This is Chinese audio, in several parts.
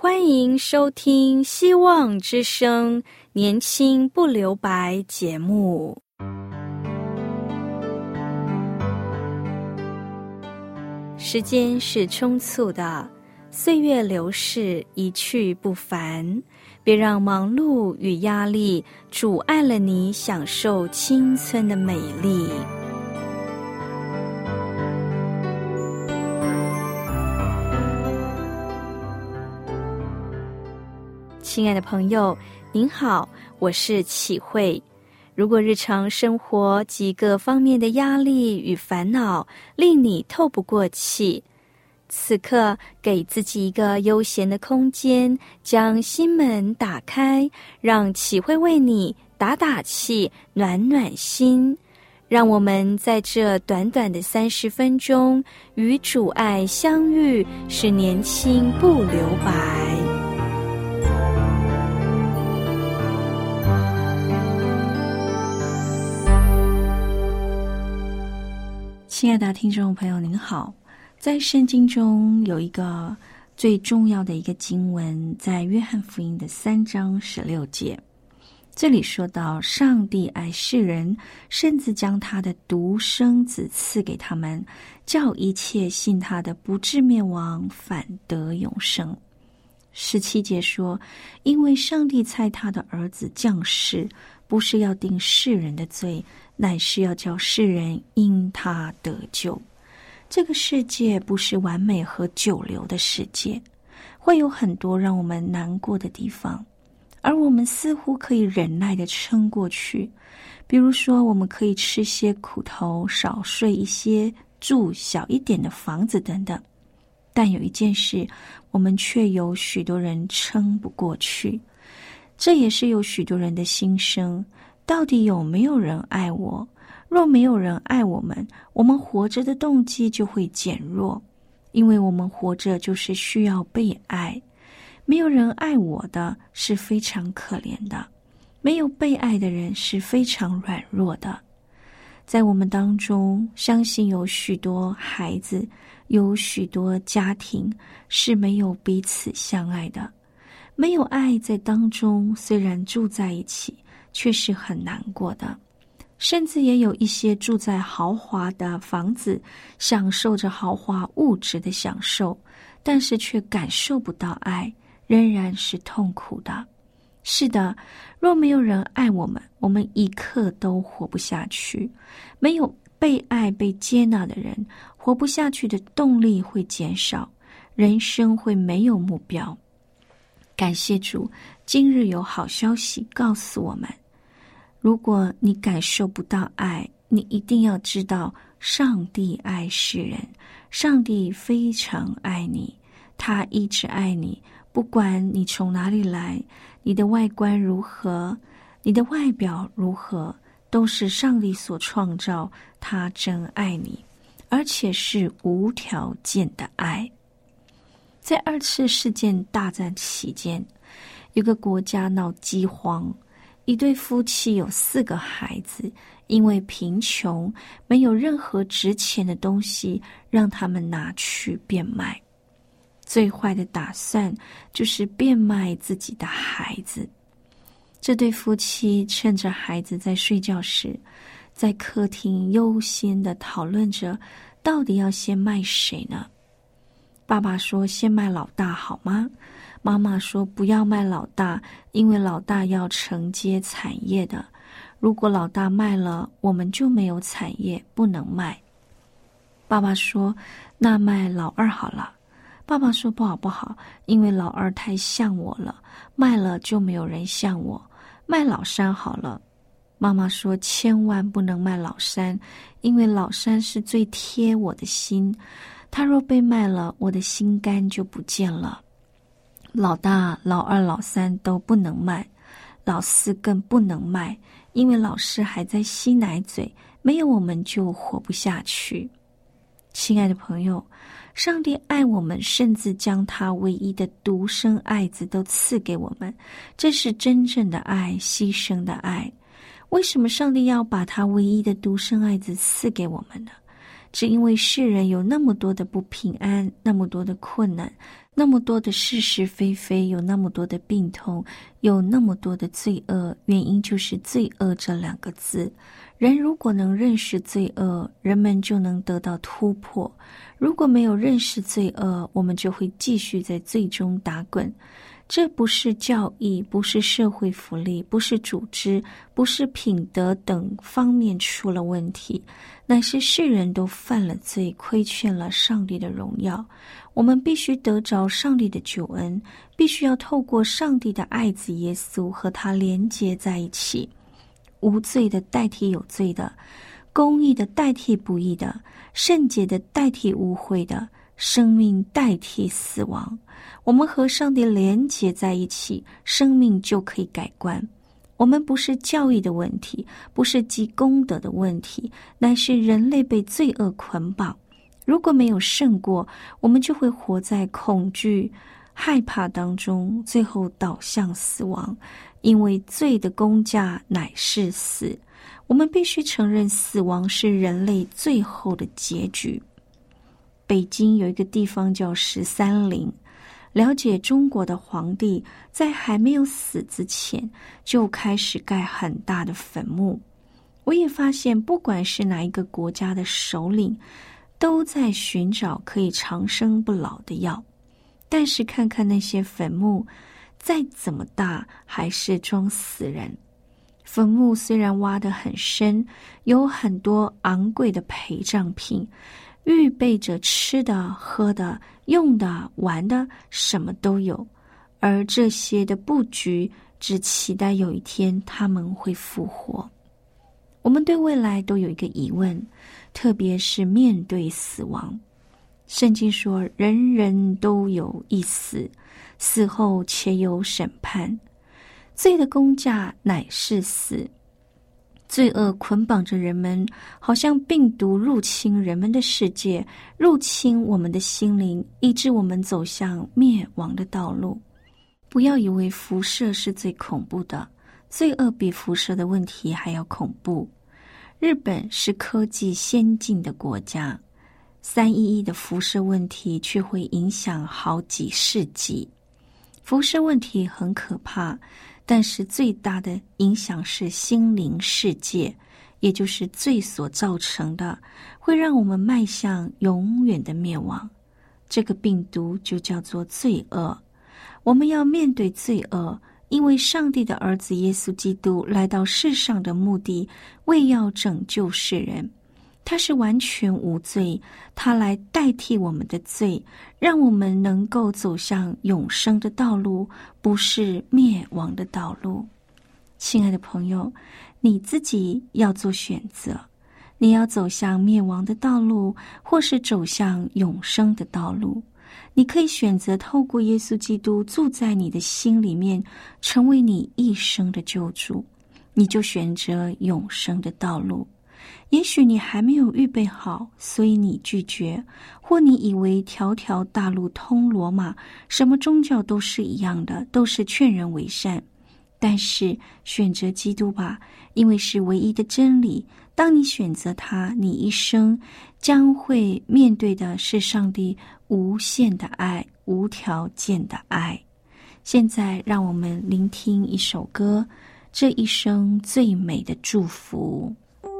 欢迎收听希望之声年轻不留白节目。时间是匆促的，岁月流逝，一去不返。别让忙碌与压力阻碍了你享受青春的美丽。亲爱的朋友，您好，我是启慧。如果日常生活及各方面的压力与烦恼令你透不过气，此刻给自己一个悠闲的空间，将心门打开，让启慧为你打打气，暖暖心。让我们在这短短的30分钟与主爱相遇，使年轻不留白。亲爱的听众朋友您好，在圣经中有一个最重要的一个经文，在约翰福音的3章16节，这里说到上帝爱世人，甚至将他的独生子赐给他们，叫一切信他的不至灭亡，反得永生。17节说，因为上帝差他的儿子降世，不是要定世人的罪，乃是要叫世人因他得救。这个世界不是完美和久留的世界，会有很多让我们难过的地方，而我们似乎可以忍耐地撑过去。比如说，我们可以吃些苦头，少睡一些，住小一点的房子等等。但有一件事，我们却有许多人撑不过去，这也是有许多人的心声。到底有没有人爱我？若没有人爱我们，我们活着的动机就会减弱，因为我们活着就是需要被爱。没有人爱我的是非常可怜的，没有被爱的人是非常软弱的。在我们当中，相信有许多孩子，有许多家庭是没有彼此相爱的，没有爱在当中，虽然住在一起，却是很难过的。甚至也有一些住在豪华的房子，享受着豪华物质的享受，但是却感受不到爱，仍然是痛苦的。是的，若没有人爱我们，我们一刻都活不下去。没有被爱、被接纳的人，活不下去的动力会减少，人生会没有目标。感谢主，今日有好消息告诉我们，如果你感受不到爱，你一定要知道上帝爱世人，上帝非常爱你，他一直爱你，不管你从哪里来，你的外观如何，你的外表如何，都是上帝所创造，他真爱你，而且是无条件的爱。在2次世界大战期间，有个国家闹饥荒，一对夫妻有4个孩子，因为贫穷，没有任何值钱的东西让他们拿去变卖。最坏的打算就是变卖自己的孩子。这对夫妻趁着孩子在睡觉时，在客厅悠闲地讨论着，到底要先卖谁呢？爸爸说先卖老大好吗？妈妈说不要卖老大，因为老大要承接产业的，如果老大卖了，我们就没有产业，不能卖。爸爸说那卖老二好了。爸爸说不好，因为老二太像我了，卖了就没有人像我，卖老三好了。妈妈说千万不能卖老三，因为老三是最贴我的心，他若被卖了，我的心肝就不见了。老大、老二、老三都不能卖，老四更不能卖，因为老四还在吸奶嘴，没有我们就活不下去。亲爱的朋友，上帝爱我们，甚至将他唯一的独生爱子都赐给我们，这是真正的爱，牺牲的爱。为什么上帝要把他唯一的独生爱子赐给我们呢？只因为世人有那么多的不平安，那么多的困难， 那么多的是是非非，有那么多的病痛，有那么多的罪恶，原因就是罪恶这2个字。人如果能认识罪恶，人们就能得到突破。如果没有认识罪恶，我们就会继续在罪中打滚。这不是教义，不是社会福利，不是组织，不是品德等方面出了问题，乃是世人都犯了罪，亏欠了上帝的荣耀。我们必须得着上帝的救恩，必须要透过上帝的爱子耶稣和他连结在一起。无罪的代替有罪的，公义的代替不义的，圣洁的代替污秽的，生命代替死亡。我们和上帝连结在一起，生命就可以改观。我们不是教义的问题，不是积功德的问题，乃是人类被罪恶捆绑。如果没有胜过，我们就会活在恐惧、害怕当中，最后导向死亡。因为罪的工价乃是死，我们必须承认死亡是人类最后的结局。北京有一个地方叫13陵，了解中国的皇帝在还没有死之前就开始盖很大的坟墓。我也发现不管是哪一个国家的首领都在寻找可以长生不老的药，但是看看那些坟墓再怎么大还是装死人。坟墓虽然挖得很深，有很多昂贵的陪葬品，预备着吃的、喝的、用的、玩的，什么都有。而这些的布局只期待有一天他们会复活。我们对未来都有一个疑问，特别是面对死亡。圣经说人人都有一死，死后且有审判。罪的工价乃是死。罪恶捆绑着人们，好像病毒入侵人们的世界，入侵我们的心灵，以致我们走向灭亡的道路。不要以为辐射是最恐怖的，罪恶比辐射的问题还要恐怖。日本是科技先进的国家，311的辐射问题却会影响好几世纪。辐射问题很可怕，但是最大的影响是心灵世界，也就是罪所造成的，会让我们迈向永远的灭亡。这个病毒就叫做罪恶。我们要面对罪恶，因为上帝的儿子耶稣基督来到世上的目的，为要拯救世人。他是完全无罪，他来代替我们的罪，让我们能够走向永生的道路，不是灭亡的道路。亲爱的朋友，你自己要做选择，你要走向灭亡的道路，或是走向永生的道路。你可以选择透过耶稣基督住在你的心里面，成为你一生的救主，你就选择永生的道路。也许你还没有预备好，所以你拒绝，或你以为条条大路通罗马，什么宗教都是一样的，都是劝人为善。但是选择基督吧，因为是唯一的真理。当你选择它，你一生将会面对的是上帝无限的爱，无条件的爱。现在让我们聆听一首歌，这一生最美的祝福。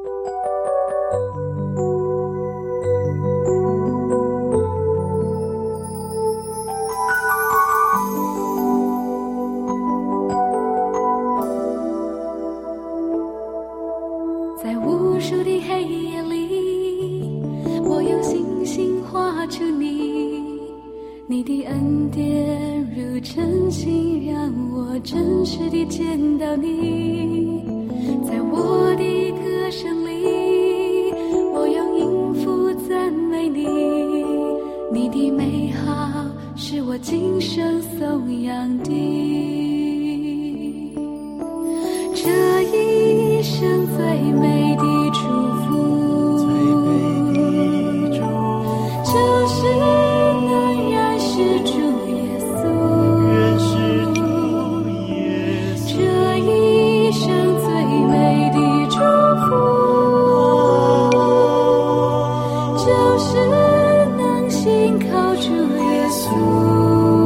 在无数的黑夜里，我用星星画出你，你的恩典如晨星，让我真实地见到你。在我的歌声里，我用音符赞美你，你的美好是我今生颂扬的。这一生最美的祝福，就是能认识主耶稣。这一生最美的祝福，就是能信靠主耶稣。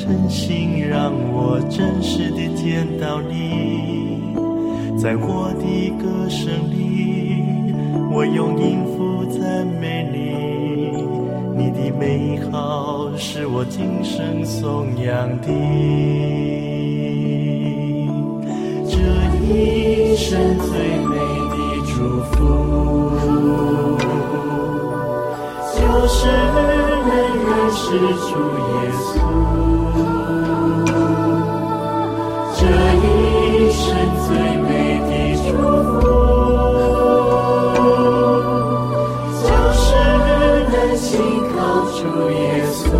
真心让我真实地见到你。在我的歌声里，我用音符赞美你，你的美好是我今生颂扬的。这一生最美的祝福，就是能认识主耶稣。这一生最美的祝福，就是能信靠主耶稣。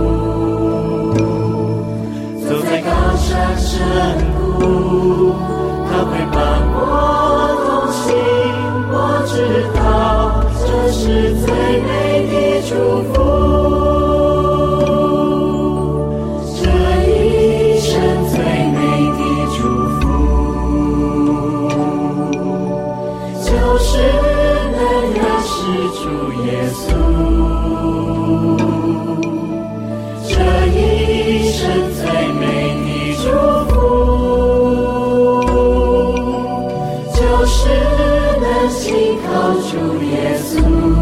走在高山深谷，他会伴我同行，我知道这是最美的祝福。这一生最美的祝福，就是能认识主耶稣。这一生最美的祝福，就是能信靠主耶稣。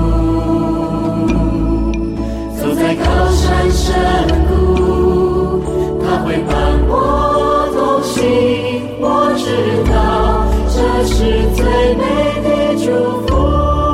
走在高山深谷，他会伴我同行，我知道这是最美的祝福。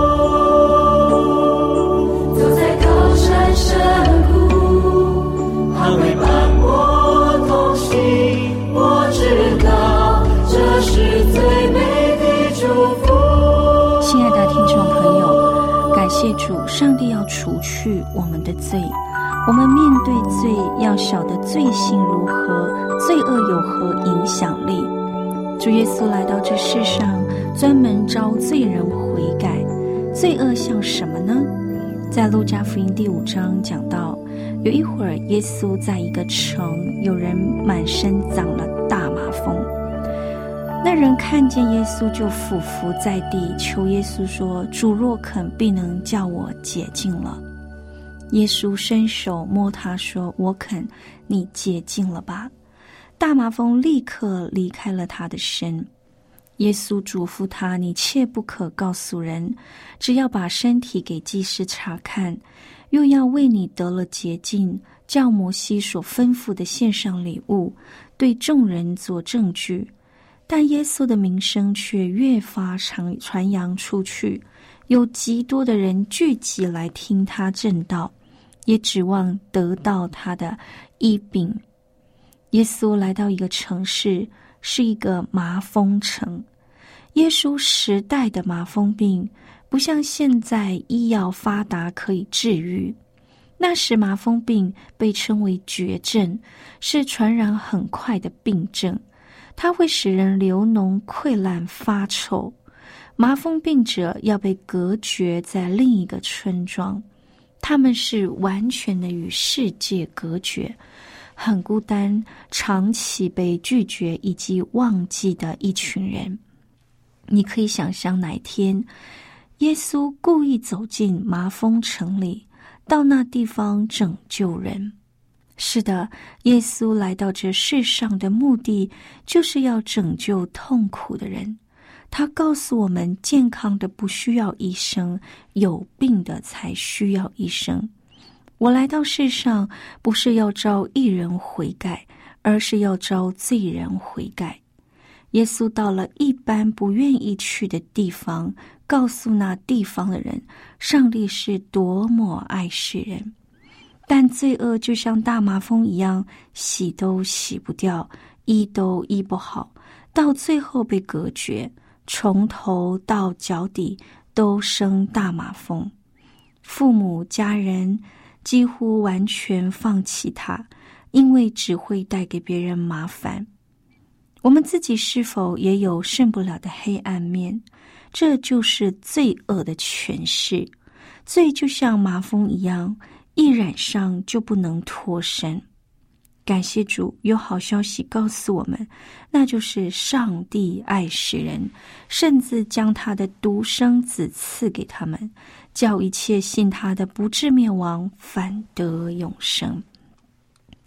走在高山深谷，他会伴我同行，我知道这是最美的祝福。 亲爱的听众朋友，感谢主，上帝要除去我们的罪，我们面对罪要晓得罪行如何，罪恶有何影响力。主耶稣来到这世上，专门召罪人悔改。罪恶像什么呢？在路加福音第5章讲到，有一会儿耶稣在一个城，有人满身长了大麻风。那人看见耶稣就俯伏在地，求耶稣说，主若肯，必能叫我洁净了。耶稣伸手摸他说，我肯，你洁净了吧。大麻风立刻离开了他的身。耶稣嘱咐他，你切不可告诉人，只要把身体给祭司查看，又要为你得了洁净，照摩西所吩咐的献上礼物，对众人做证据。但耶稣的名声却越发传扬出去，有极多的人聚集来听他证道，也指望得到他的医病。耶稣来到一个城市，是一个麻风城。耶稣时代的麻风病不像现在医药发达可以治愈，那时麻风病被称为绝症，是传染很快的病症，它会使人流脓溃烂发臭。麻风病者要被隔绝在另一个村庄，他们是完全的与世界隔绝，很孤单，长期被拒绝以及忘记的一群人。你可以想象哪一天耶稣故意走进麻风城里，到那地方拯救人。是的，耶稣来到这世上的目的就是要拯救痛苦的人。他告诉我们，健康的不需要医生，有病的才需要医生。我来到世上不是要召义人悔改，而是要召罪人悔改。耶稣到了一般不愿意去的地方，告诉那地方的人，上帝是多么爱世人。但罪恶就像大麻风一样，洗都洗不掉，医都医不好，到最后被隔绝，从头到脚底都生大麻风。父母家人几乎完全放弃他，因为只会带给别人麻烦。我们自己是否也有胜不了的黑暗面？这就是罪恶的诠释。罪就像麻风一样，一染上就不能脱身。感谢主，有好消息告诉我们，那就是上帝爱世人，甚至将他的独生子赐给他们，叫一切信他的不至灭亡，反得永生。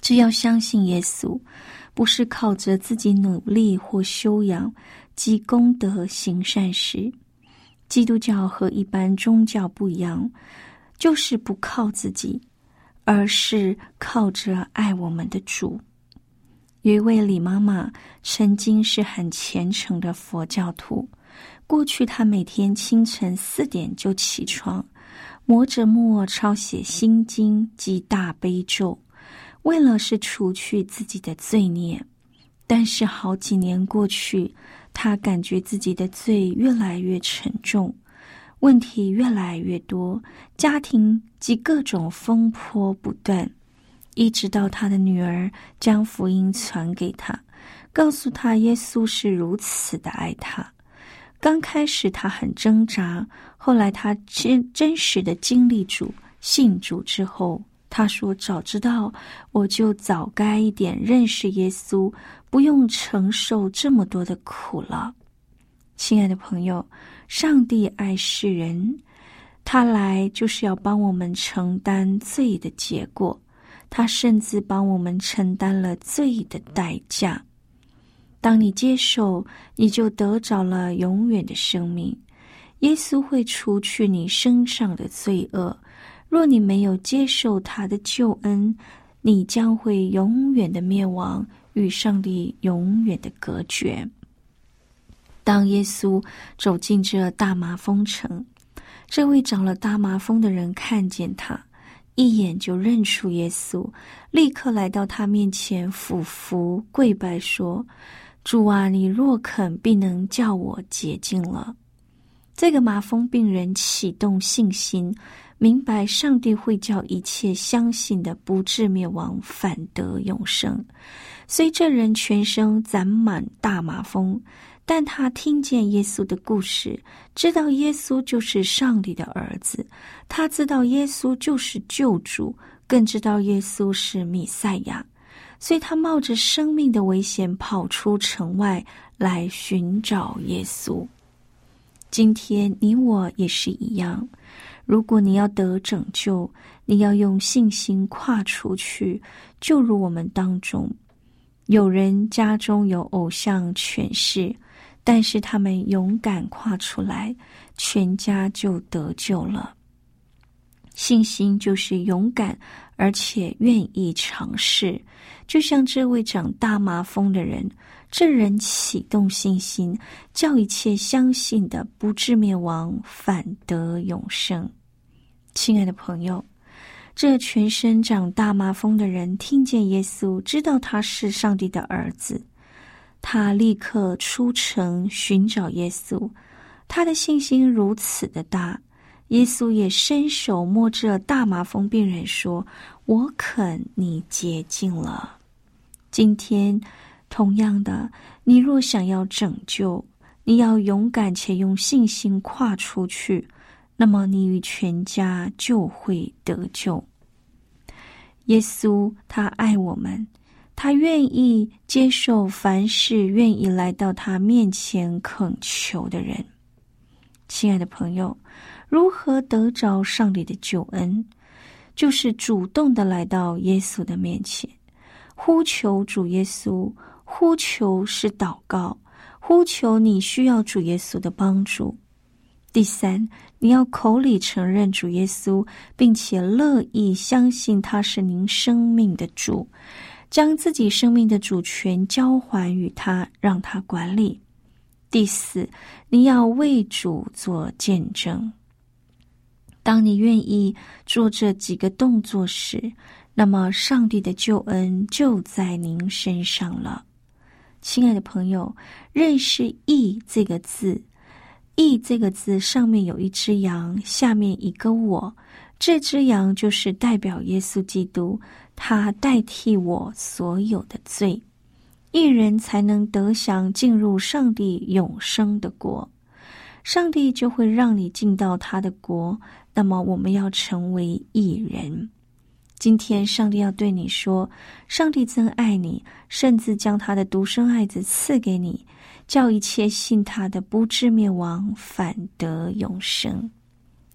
只要相信耶稣，不是靠着自己努力或修养积功德行善事。基督教和一般宗教不一样，就是不靠自己，而是靠着爱我们的主。有一位李妈妈曾经是很虔诚的佛教徒，过去她每天清晨4点就起床，磨着墨抄写心经及大悲咒，为了是除去自己的罪孽。但是好几年过去，她感觉自己的罪越来越沉重，问题越来越多，家庭及各种风波不断，一直到她的女儿将福音传给她，告诉她耶稣是如此的爱她。刚开始她很挣扎，后来她真实的经历主，信主之后，她说早知道我就早该一点认识耶稣，不用承受这么多的苦了。亲爱的朋友，上帝爱世人，他来就是要帮我们承担罪的结果，他甚至帮我们承担了罪的代价。当你接受，你就得着了永远的生命。耶稣会除去你身上的罪恶，若你没有接受他的救恩，你将会永远的灭亡，与上帝永远的隔绝。当耶稣走进这大麻风城，这位长了大麻风的人看见他，一眼就认出耶稣，立刻来到他面前俯伏跪拜说：主啊，你若肯，必能叫我洁净了。这个麻风病人启动信心，明白上帝会叫一切相信的不至灭亡，反得永生。虽这人全身攒满大麻风，但他听见耶稣的故事，知道耶稣就是上帝的儿子，他知道耶稣就是救主，更知道耶稣是弥赛亚，所以他冒着生命的危险跑出城外来寻找耶稣。今天你我也是一样，如果你要得拯救，你要用信心跨出去。就如我们当中有人家中有偶像权势，但是他们勇敢跨出来，全家就得救了。信心就是勇敢而且愿意尝试，就像这位长大麻风的人，这人启动信心，叫一切相信的不至灭亡，反得永生。亲爱的朋友，这全身长大麻风的人听见耶稣，知道他是上帝的儿子，他立刻出城寻找耶稣，他的信心如此的大。耶稣也伸手摸着大麻风病人说：我肯，你洁净了。今天同样的，你若想要拯救，你要勇敢且用信心跨出去，那么你与全家就会得救。耶稣他爱我们，他愿意接受凡是愿意来到他面前恳求的人。亲爱的朋友，如何得着上帝的救恩？就是主动的来到耶稣的面前，呼求主耶稣，呼求是祷告，呼求你需要主耶稣的帮助。第三，你要口里承认主耶稣，并且乐意相信他是您生命的主，将自己生命的主权交还于他，让他管理。第四，你要为主做见证。当你愿意做这几个动作时，那么上帝的救恩就在您身上了。亲爱的朋友，认识义这个字，义这个字上面有一只羊，下面一个我，这只羊就是代表耶稣基督，他代替我所有的罪，义人才能得享进入上帝永生的国，上帝就会让你进到他的国，那么我们要成为义人。今天上帝要对你说，上帝真爱你，甚至将他的独生爱子赐给你，叫一切信他的不至灭亡，反得永生。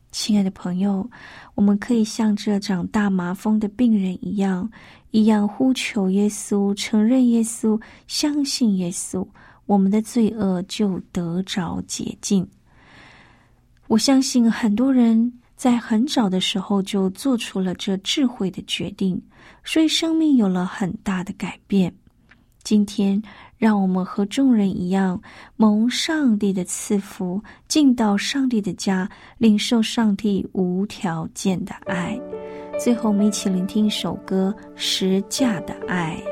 亲爱的朋友，我们可以像这长大麻风的病人一样呼求耶稣，承认耶稣，相信耶稣，我们的罪恶就得着洁净。我相信很多人在很早的时候就做出了这智慧的决定，所以生命有了很大的改变。今天让我们和众人一样，蒙上帝的赐福，进到上帝的家，领受上帝无条件的爱。最后我们一起聆听一首歌，十架的爱。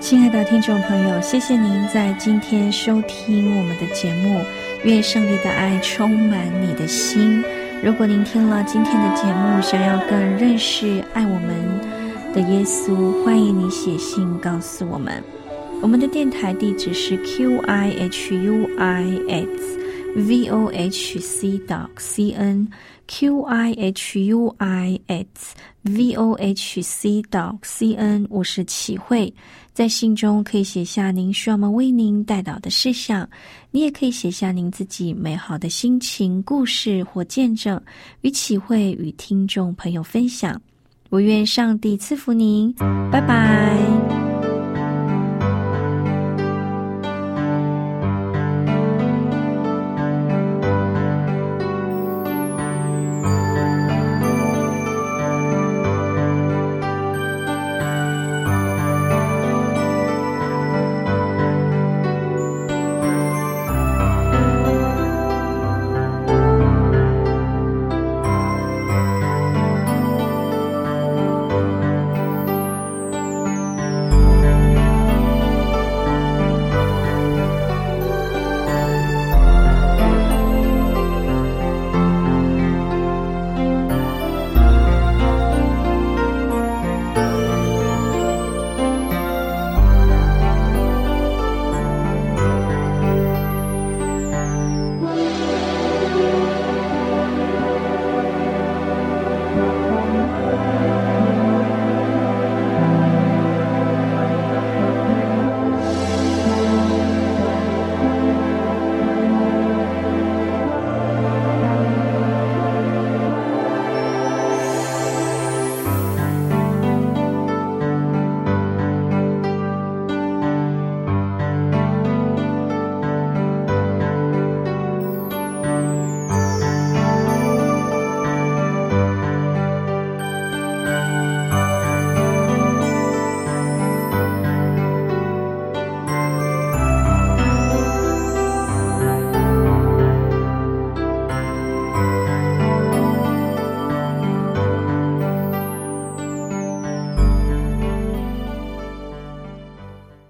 亲爱的听众朋友，谢谢您在今天收听我们的节目，愿上帝的爱充满你的心。如果您听了今天的节目，想要更认识爱我们的耶稣，欢迎你写信告诉我们。我们的电台地址是 qihuis@vohc.cn qihuis@vohc.cn。 我是启慧，在信中可以写下您需要我们为您代祷的事项，你也可以写下您自己美好的心情、故事或见证，与启慧与听众朋友分享。我愿上帝赐福您，拜拜。